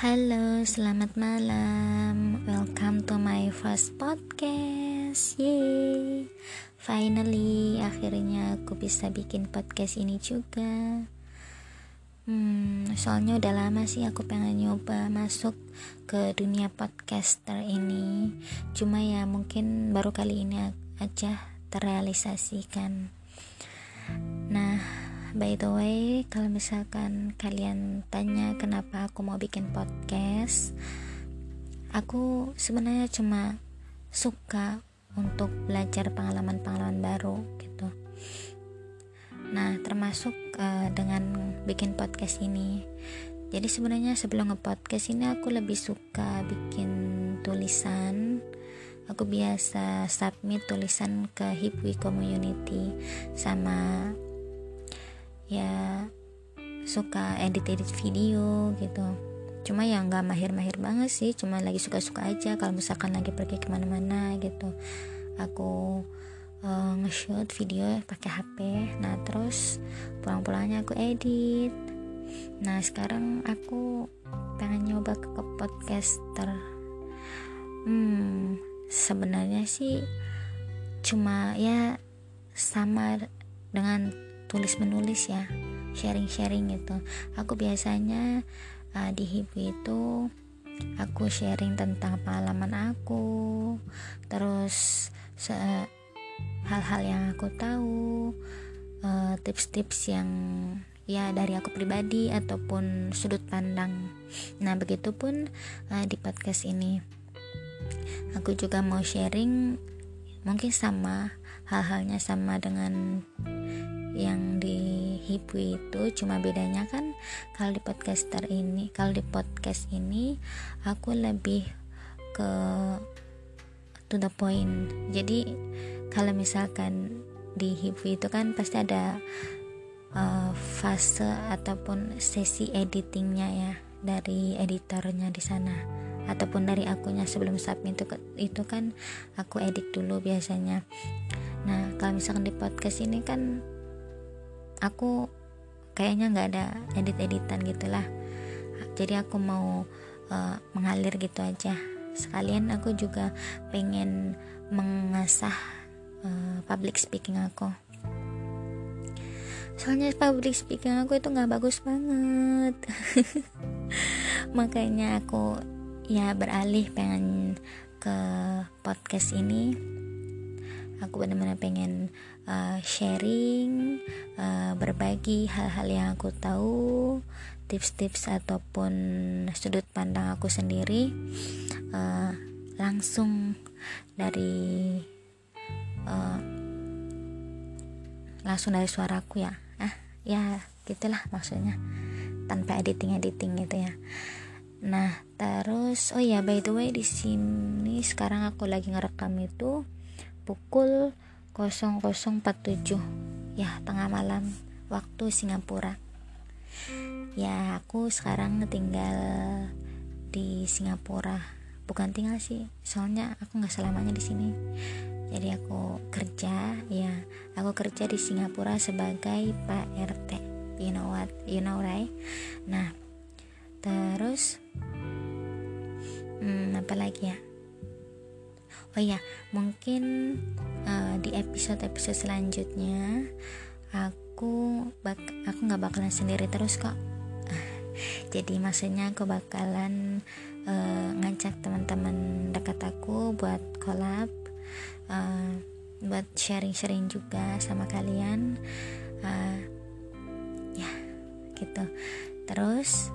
Halo, selamat malam. Welcome to my first podcast. Yay. Finally, akhirnya aku bisa bikin podcast ini juga. Soalnya udah lama sih aku pengen nyoba masuk ke dunia podcaster ini. Cuma ya mungkin baru kali ini aja terrealisasikan. Nah, by the way, kalau misalkan kalian tanya kenapa aku mau bikin podcast, aku sebenarnya cuma suka untuk belajar pengalaman-pengalaman baru gitu. Nah, termasuk dengan bikin podcast ini. Jadi sebenarnya sebelum nge-podcast ini aku lebih suka bikin tulisan. Aku biasa submit tulisan ke Hipwi Community, sama ya suka edit video gitu. Cuma ya nggak mahir-mahir banget sih, cuma lagi suka-suka aja. Kalau misalkan lagi pergi kemana-mana gitu, aku nge-shoot video pakai HP. Nah terus pulang-pulangnya aku edit. Nah sekarang aku pengen nyoba ke podcaster. Sebenarnya sih cuma ya sama dengan tulis menulis ya, sharing gitu. Aku biasanya di Hipwi itu aku sharing tentang pengalaman aku, terus hal-hal yang aku tahu, tips-tips yang ya dari aku pribadi ataupun sudut pandang. Nah begitupun di podcast ini aku juga mau sharing, mungkin sama hal-halnya sama dengan yang di Hipwi itu, cuma bedanya kan kalau di podcast ini aku lebih ke to the point. Jadi kalau misalkan di Hipwi itu kan pasti ada fase ataupun sesi editingnya ya, dari editornya di sana ataupun dari akunya sebelum submit itu kan aku edit dulu biasanya. Nah kalau misalkan di podcast ini kan aku kayaknya nggak ada edit-editan gitulah. Jadi aku mau mengalir gitu aja. Sekalian aku juga pengen mengasah public speaking aku. Soalnya public speaking aku itu nggak bagus banget. Makanya aku ya beralih pengen ke podcast ini. Aku benar-benar pengen sharing, berbagi hal-hal yang aku tahu, tips-tips ataupun sudut pandang aku sendiri, langsung dari suaraku ya. Ya gitulah maksudnya, tanpa editing gitu ya. Nah terus by the way, di sini sekarang aku lagi ngerekam itu pukul 00.47 ya, tengah malam waktu Singapura. Ya aku sekarang tinggal di Singapura. Bukan tinggal sih, soalnya aku nggak selamanya di sini. Jadi aku kerja di Singapura sebagai Pak RT. You know right? Nah terus apa lagi ya? Mungkin di episode selanjutnya aku nggak bakalan sendiri terus kok. Jadi maksudnya aku bakalan ngajak teman-teman dekat aku buat collab, buat sharing juga sama kalian, ya gitu. Terus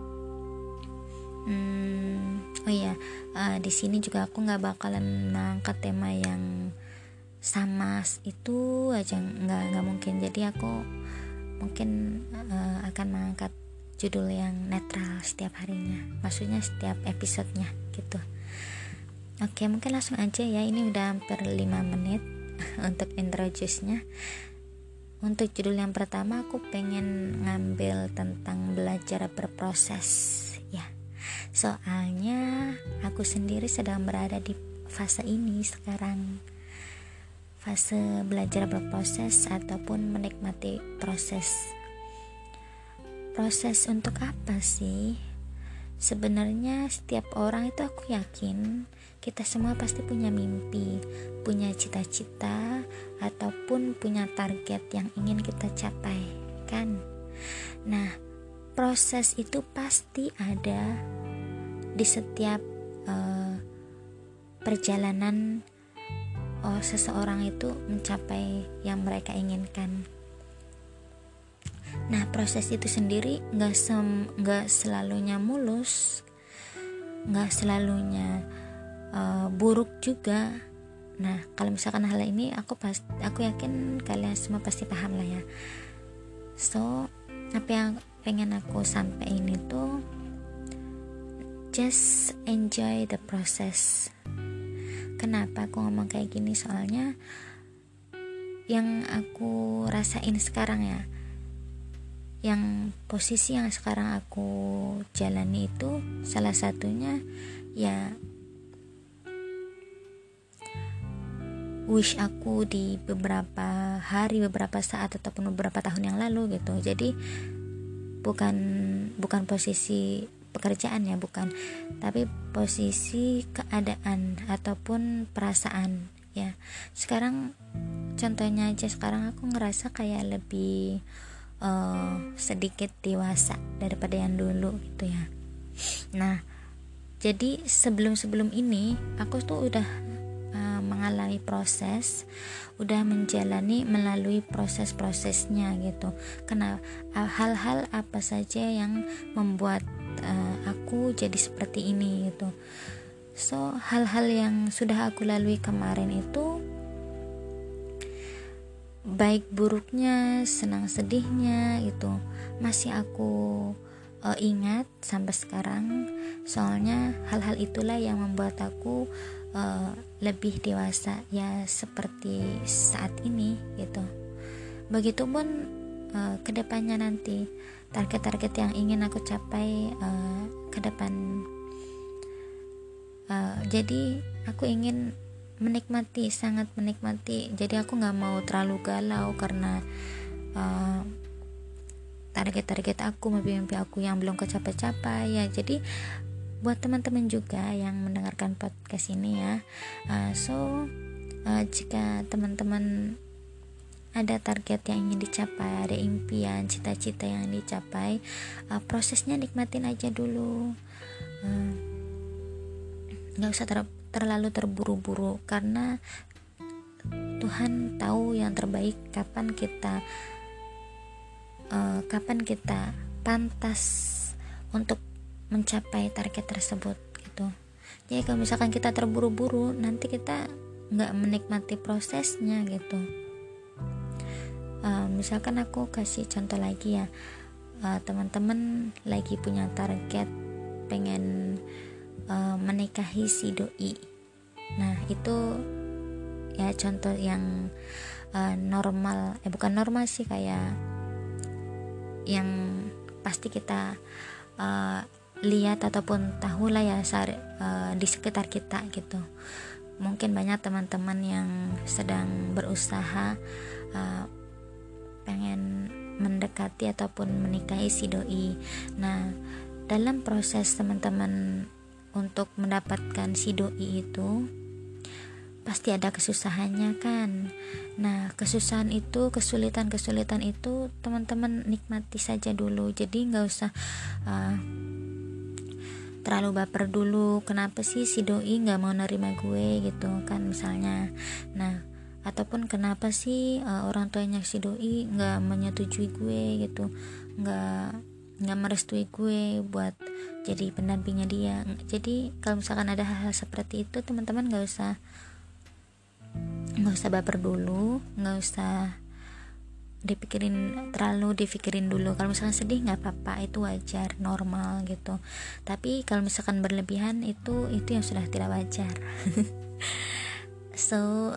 di sini juga aku nggak bakalan mengangkat tema yang sama itu aja, nggak mungkin. Jadi aku mungkin akan mengangkat judul yang netral setiap harinya, maksudnya setiap episodenya gitu. Oke, mungkin langsung aja ya, ini udah hampir 5 menit untuk introduce-nya. Untuk judul yang pertama aku pengen ngambil tentang belajar berproses ya. Soalnya aku sendiri sedang berada di fase ini sekarang, fase belajar berproses ataupun menikmati proses. Proses untuk apa sih? sebenarnya setiap orang itu, aku yakin kita semua pasti punya mimpi, punya cita-cita, ataupun punya target yang ingin kita capai, kan? Nah, proses itu pasti ada di setiap perjalanan seseorang itu mencapai yang mereka inginkan. Nah, proses itu sendiri nggak selalunya mulus, nggak selalunya buruk juga. Nah, kalau misalkan hal ini aku yakin kalian semua pasti paham lah ya. So, apa yang pengen aku sampaikan itu, just enjoy the process. Kenapa aku ngomong kayak gini? Soalnya yang aku rasain sekarang ya, yang posisi yang sekarang aku jalani itu, salah satunya ya wish aku di beberapa hari, beberapa saat, ataupun beberapa tahun yang lalu gitu. Jadi bukan posisi pekerjaan ya, bukan, tapi posisi keadaan ataupun perasaan ya. Sekarang contohnya aja, sekarang aku ngerasa kayak lebih sedikit dewasa daripada yang dulu gitu ya. Nah, jadi sebelum ini aku tuh udah mengalami proses, udah melalui proses-prosesnya gitu. Karena hal-hal apa saja yang membuat aku jadi seperti ini gitu. So, hal-hal yang sudah aku lalui kemarin itu, baik buruknya, senang sedihnya itu masih aku ingat sampai sekarang. Soalnya hal-hal itulah yang membuat aku lebih dewasa ya, seperti saat ini gitu. Begitupun kedepannya nanti, target-target yang ingin aku capai ke depan. Jadi aku ingin sangat menikmati. Jadi aku nggak mau terlalu galau karena target-target aku, mimpi-mimpi aku yang belum kecapai-capai ya. Jadi buat teman-teman juga yang mendengarkan podcast ini ya, jika teman-teman ada target yang ingin dicapai, ada impian, cita-cita yang dicapai, prosesnya nikmatin aja dulu, nggak usah terlalu terburu-buru, karena Tuhan tahu yang terbaik, kapan kita pantas untuk mencapai target tersebut gitu. Jadi kalau misalkan kita terburu-buru, nanti kita nggak menikmati prosesnya gitu. Misalkan aku kasih contoh lagi ya, teman-teman lagi punya target pengen menikahi si doi. Nah, itu ya contoh yang normal, bukan normal sih, kayak yang pasti kita lihat ataupun tahu lah ya di sekitar kita gitu. Mungkin banyak teman-teman yang sedang berusaha pengen mendekati ataupun menikahi si doi. Nah, dalam proses teman-teman untuk mendapatkan si doi itu pasti ada kesusahannya kan. Nah, kesusahan itu, kesulitan itu teman-teman nikmati saja dulu. Jadi nggak usah terlalu baper dulu, kenapa sih si doi nggak mau nerima gue gitu kan misalnya. Nah, ataupun kenapa sih orang tuanya si doi nggak menyetujui gue gitu, nggak merestui gue buat jadi pendampingnya dia. Jadi kalau misalkan ada hal-hal seperti itu, teman-teman nggak usah baper dulu, nggak usah terlalu dipikirin dulu. Kalau misalkan sedih nggak apa-apa, itu wajar, normal gitu. Tapi kalau misalkan berlebihan, itu yang sudah tidak wajar. So,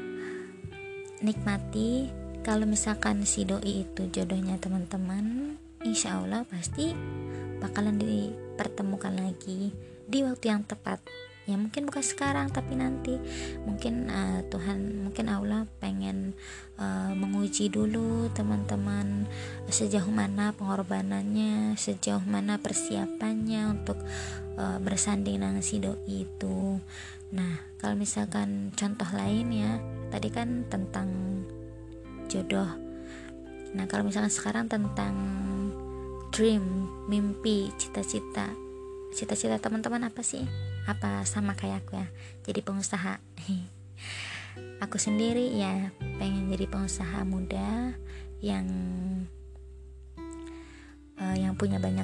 nikmati. Kalau misalkan si doi itu jodohnya teman-teman, insya Allah pasti bakalan dipertemukan lagi di waktu yang tepat ya mungkin bukan sekarang tapi nanti mungkin Tuhan, mungkin Allah pengen menguji dulu teman-teman sejauh mana pengorbanannya, sejauh mana persiapannya untuk bersanding dengan si doi itu. Nah kalau misalkan contoh lain ya, tadi kan tentang jodoh. Nah kalau misalkan sekarang tentang dream, mimpi, cita-cita teman-teman apa sih? Apa sama kayak aku ya, jadi pengusaha? Aku sendiri ya pengen jadi pengusaha muda yang punya banyak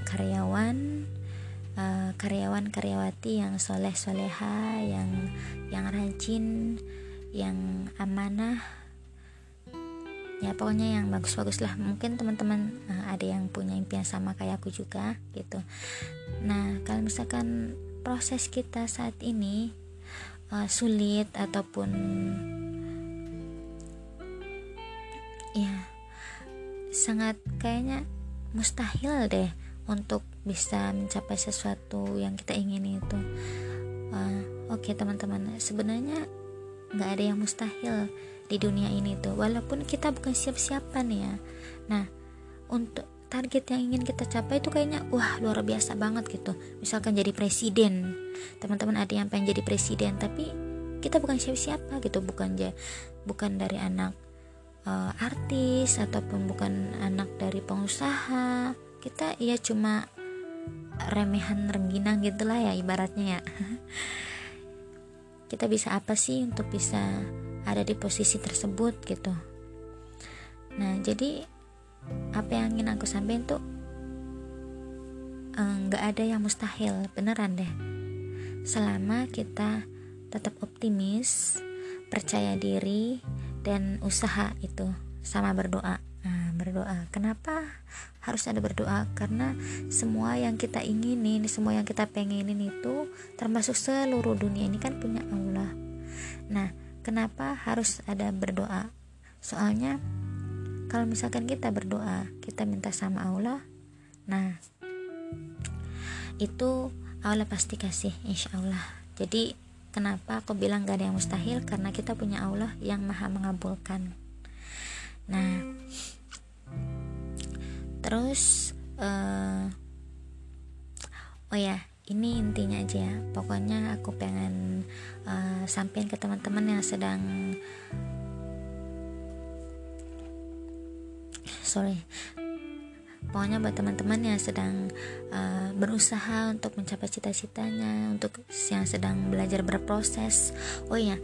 karyawati yang soleh-soleha, yang rajin, yang amanah, ya pokoknya yang bagus-bagus lah. Mungkin teman-teman ada yang punya impian sama kayak aku juga gitu. Nah kalau misalkan proses kita saat ini sulit ataupun ya sangat kayaknya mustahil deh untuk bisa mencapai sesuatu yang kita ingin itu. Oke teman-teman, sebenarnya nggak ada yang mustahil di dunia ini tuh, walaupun kita bukan siapa-siapa nih ya. Nah untuk target yang ingin kita capai itu kayaknya wah luar biasa banget gitu. Misalkan jadi presiden, teman-teman ada yang pengen jadi presiden tapi kita bukan siapa-siapa gitu, bukan dari anak artis ataupun bukan anak dari pengusaha. Kita ya cuma remehan rengginang gitulah ya ibaratnya ya. Kita bisa apa sih untuk bisa ada di posisi tersebut gitu. Nah jadi apa yang ingin aku sampaikan tuh nggak ada yang mustahil, beneran deh, selama kita tetap optimis, percaya diri, dan usaha itu sama berdoa. Berdoa, kenapa harus ada berdoa? Karena semua yang kita inginin, semua yang kita pengenin itu termasuk seluruh dunia ini kan punya Allah. Nah kenapa harus ada berdoa? Soalnya kalau misalkan kita berdoa, kita minta sama Allah, nah itu Allah pasti kasih, insya Allah. Jadi kenapa aku bilang gak ada yang mustahil? Karena kita punya Allah yang maha mengabulkan. Nah terus oh ya ini intinya aja ya, pokoknya aku pengen sampein ke teman-teman yang sedang pokoknya buat teman-teman yang sedang berusaha untuk mencapai cita-citanya, untuk yang sedang belajar berproses. Oh ya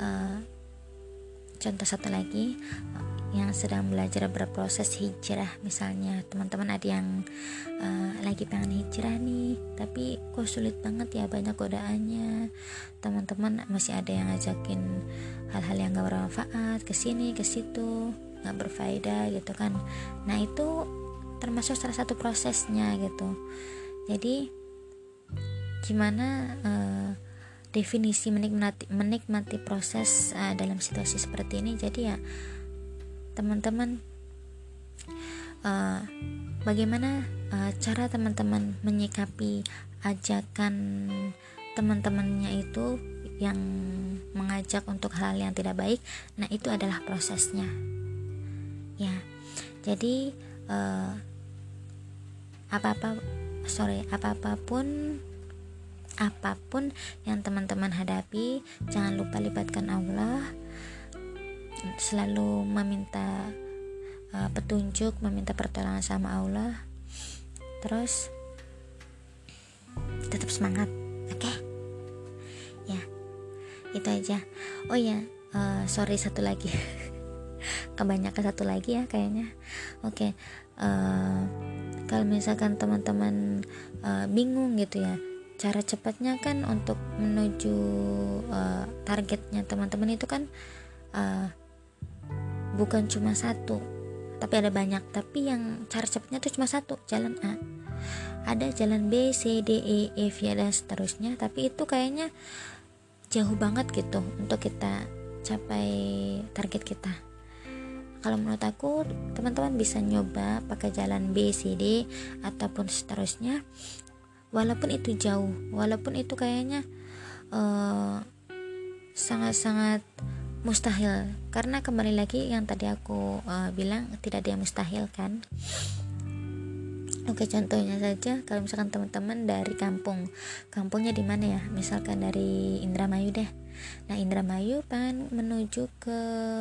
contoh satu lagi, yang sedang belajar berproses hijrah, misalnya teman-teman ada yang lagi pengen hijrah nih tapi kok sulit banget ya, banyak godaannya, teman-teman masih ada yang ngajakin hal-hal yang gak bermanfaat, kesini kesitu, gak berfaedah gitu kan. Nah itu termasuk salah satu prosesnya gitu. Jadi gimana definisi menikmati proses dalam situasi seperti ini? Jadi ya teman-teman, bagaimana cara teman-teman menyikapi ajakan teman-temannya itu yang mengajak untuk hal yang tidak baik? Nah itu adalah prosesnya ya. Jadi apapun yang teman-teman hadapi, jangan lupa libatkan Allah, selalu meminta petunjuk, meminta pertolongan sama Allah, terus tetap semangat, oke? Ya itu aja. Oh ya satu lagi kebanyakan satu lagi ya kayaknya. Oke. Kalau misalkan teman-teman bingung gitu ya, cara cepatnya kan untuk menuju targetnya teman-teman itu kan bukan cuma satu, tapi ada banyak. Tapi yang cara cepatnya itu cuma satu, jalan A. Ada jalan B, C, D, E, F ya dan seterusnya. Tapi itu kayaknya jauh banget gitu untuk kita capai target kita. Kalau menurut aku teman-teman bisa nyoba pakai jalan B, C, D ataupun seterusnya, walaupun itu jauh, walaupun itu kayaknya sangat-sangat mustahil, karena kembali lagi yang tadi aku bilang tidak ada yang mustahil kan. Oke, contohnya saja kalau misalkan teman-teman dari kampungnya di mana ya, misalkan dari Indramayu deh. Nah, Indramayu pengen menuju ke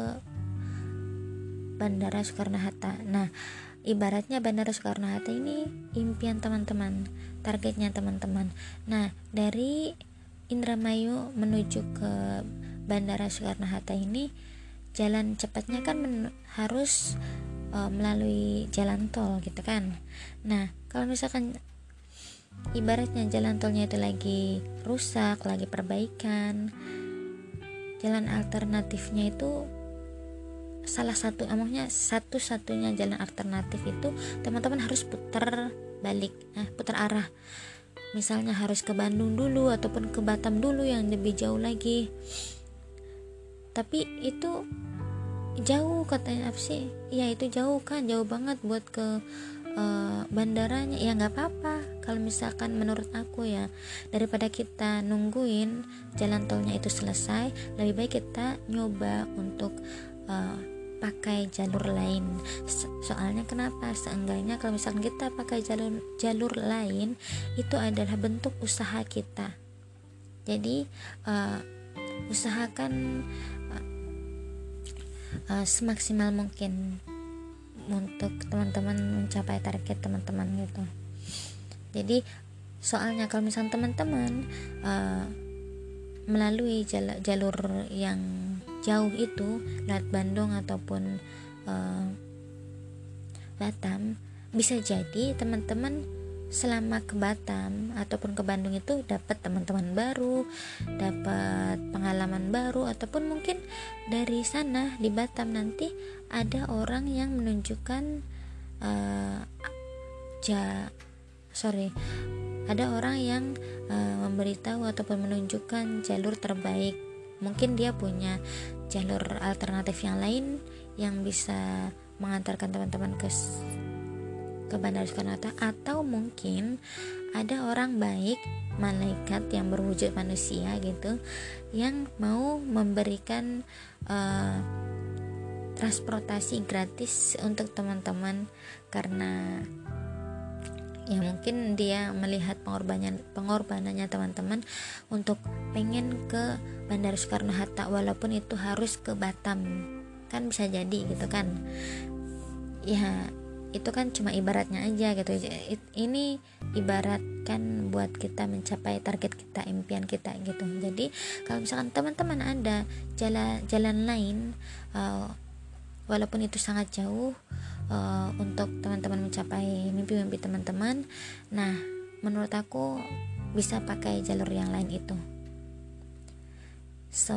Bandara Soekarno-Hatta. Nah, ibaratnya Bandara Soekarno-Hatta ini impian teman-teman, targetnya teman-teman. Nah, dari Indramayu menuju ke Bandara Soekarno-Hatta ini jalan cepatnya kan harus melalui jalan tol gitu kan. Nah, kalau misalkan ibaratnya jalan tolnya itu lagi rusak, lagi perbaikan, jalan alternatifnya itu salah satu, emangnya satu-satunya jalan alternatif itu teman-teman harus putar balik, putar arah. Misalnya harus ke Bandung dulu ataupun ke Batam dulu yang lebih jauh lagi. Tapi itu jauh katanya, apa sih? Ya itu jauh kan, jauh banget buat ke bandaranya. Ya nggak apa-apa kalau misalkan menurut aku ya, daripada kita nungguin jalan tolnya itu selesai, lebih baik kita nyoba untuk pakai jalur lain. Soalnya kenapa? Seenggaknya kalau misalkan kita pakai jalur lain, itu adalah bentuk usaha kita. Jadi usahakan semaksimal mungkin untuk teman-teman mencapai target teman-teman gitu. Jadi soalnya kalau misalnya teman-teman melalui jalur yang jauh itu lewat Bandung ataupun Batam, bisa jadi teman-teman selama ke Batam ataupun ke Bandung itu dapat teman-teman baru, dapat pengalaman baru, ataupun mungkin dari sana di Batam nanti ada orang yang menunjukkan ada orang yang memberitahu ataupun menunjukkan jalur terbaik. Mungkin dia punya jalur alternatif yang lain yang bisa mengantarkan teman-teman ke Bandara Soekarno-Hatta, atau mungkin ada orang baik, malaikat yang berwujud manusia gitu, yang mau memberikan transportasi gratis untuk teman-teman, karena ya mungkin dia melihat pengorbanannya teman-teman untuk pengen ke Bandara Soekarno-Hatta walaupun itu harus ke Batam, kan bisa jadi gitu kan. Ya itu kan cuma ibaratnya aja gitu. Ini ibaratkan buat kita mencapai target kita, impian kita gitu. Jadi kalau misalkan teman-teman ada jalan lain, walaupun itu sangat jauh, untuk teman-teman mencapai mimpi-mimpi teman-teman, nah menurut aku bisa pakai jalur yang lain itu. So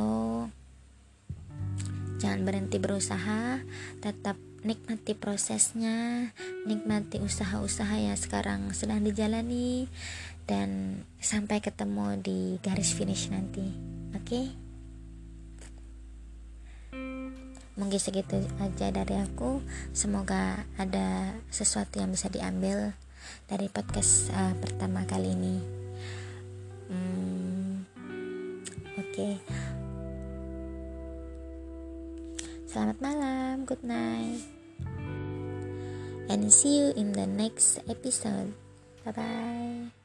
jangan berhenti berusaha, tetap nikmati prosesnya, nikmati usaha-usaha yang sekarang sedang dijalani, dan sampai ketemu di garis finish nanti. Oke? Mungkin segitu aja dari aku. Semoga ada sesuatu yang bisa diambil dari podcast pertama kali ini. Oke. Selamat malam, good night, and see you in the next episode. Bye bye.